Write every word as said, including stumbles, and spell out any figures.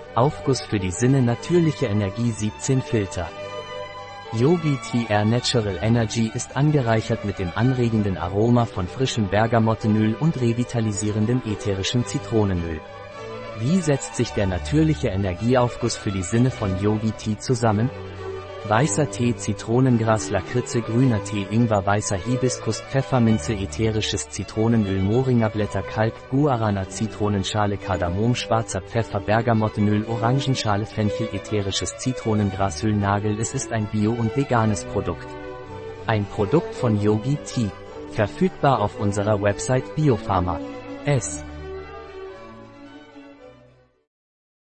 Aufguss für die Sinne natürliche Energie siebzehn Filter. Yogi Tea Air Natural Energy ist angereichert mit dem anregenden Aroma von frischem Bergamottenöl und revitalisierendem ätherischem Zitronenöl. Wie setzt sich der natürliche Energieaufguss für die Sinne von Yogi Tea zusammen? Weißer Tee, Zitronengras, Lakritze, grüner Tee, Ingwer, weißer Hibiskus, Pfefferminze, ätherisches Zitronenöl, Moringa-Blätter, Kalk, Guarana, Zitronenschale, Kardamom, schwarzer Pfeffer, Bergamottenöl, Orangenschale, Fenchel, ätherisches Zitronengrasöl, Nagel. Es ist ein bio- und veganes Produkt. Ein Produkt von Yogi Tea. Verfügbar auf unserer Website biopharma punkt es.